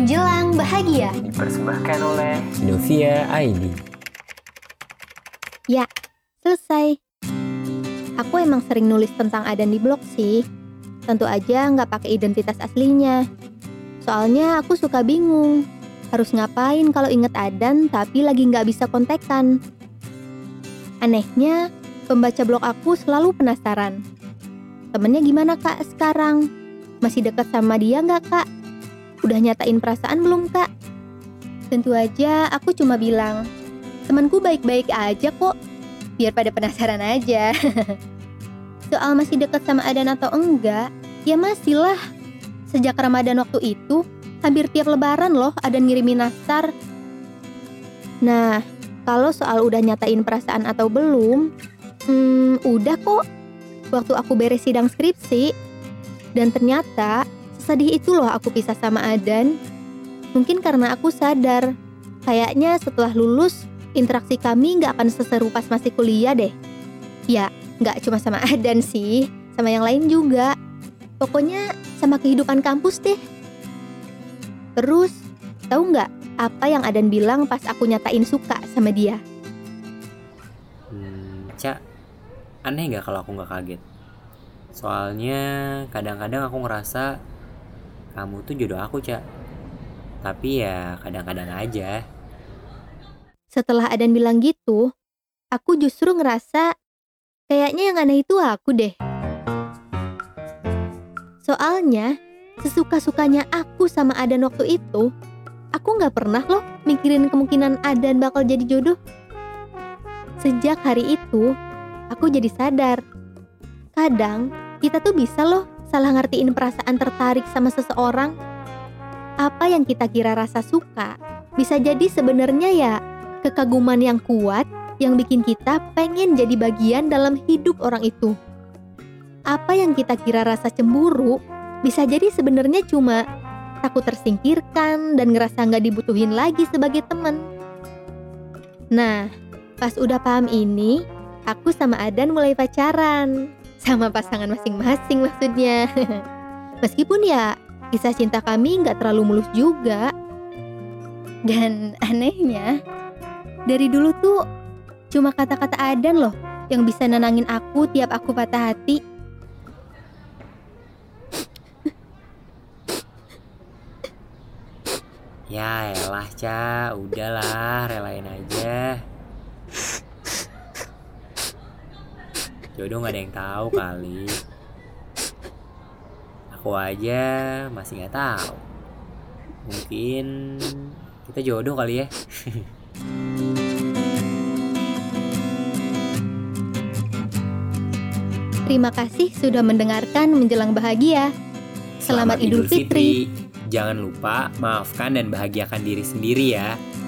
Menjelang Bahagia dipersembahkan oleh Novia ID. Ya, selesai. Aku emang sering nulis tentang Adan di blog sih. Tentu aja nggak pakai identitas aslinya. Soalnya aku suka bingung. Harus ngapain kalau inget Adan tapi lagi nggak bisa kontekan. Anehnya, pembaca blog aku selalu penasaran. Temennya gimana kak sekarang? Masih dekat sama dia nggak kak? Udah nyatain perasaan belum kak? Tentu aja aku cuma bilang, temanku baik-baik aja kok. Biar pada penasaran aja. Soal masih dekat sama Adan atau enggak, ya masih lah. Sejak Ramadan waktu itu, hampir tiap lebaran loh Adan ngirimin nastar. Nah, kalau soal udah nyatain perasaan atau belum, udah kok. Waktu aku beres sidang skripsi, dan ternyata sesedih itu loh aku pisah sama Adan. Mungkin karena aku sadar, kayaknya setelah lulus, interaksi kami gak akan seseru pas masih kuliah deh. Ya, gak cuma sama Adan sih, sama yang lain juga. Pokoknya sama kehidupan kampus deh. Terus, tahu gak apa yang Adan bilang pas aku nyatain suka sama dia? Cak, aneh gak kalau aku gak kaget? Soalnya kadang-kadang aku ngerasa kamu tuh jodoh aku, Cak. Tapi ya kadang-kadang aja. Setelah Adan bilang gitu, aku justru ngerasa kayaknya yang aneh itu aku deh. Soalnya, sesuka-sukanya aku sama Adan waktu itu, aku gak pernah loh mikirin kemungkinan Adan bakal jadi jodoh. Sejak hari itu, aku jadi sadar. Kadang, kita tuh bisa loh salah ngertiin perasaan tertarik sama seseorang. Apa yang kita kira rasa suka, bisa jadi sebenarnya ya kekaguman yang kuat yang bikin kita pengen jadi bagian dalam hidup orang itu. Apa yang kita kira rasa cemburu, bisa jadi sebenarnya cuma takut tersingkirkan dan ngerasa gak dibutuhin lagi sebagai teman. Nah, pas udah paham ini, aku sama Adan mulai pacaran. Sama pasangan masing-masing maksudnya. Meskipun ya, kisah cinta kami gak terlalu mulus juga. Dan anehnya, dari dulu tuh cuma kata-kata Adan loh yang bisa nenangin aku tiap aku patah hati. Ya elah, Cak, udahlah, relain aja. Jodoh gak ada yang tahu kali. Aku aja masih gak tahu. Mungkin kita jodoh kali ya. Terima kasih sudah mendengarkan Menjelang Bahagia. Selamat Idul Fitri. Jangan lupa maafkan dan bahagiakan diri sendiri ya.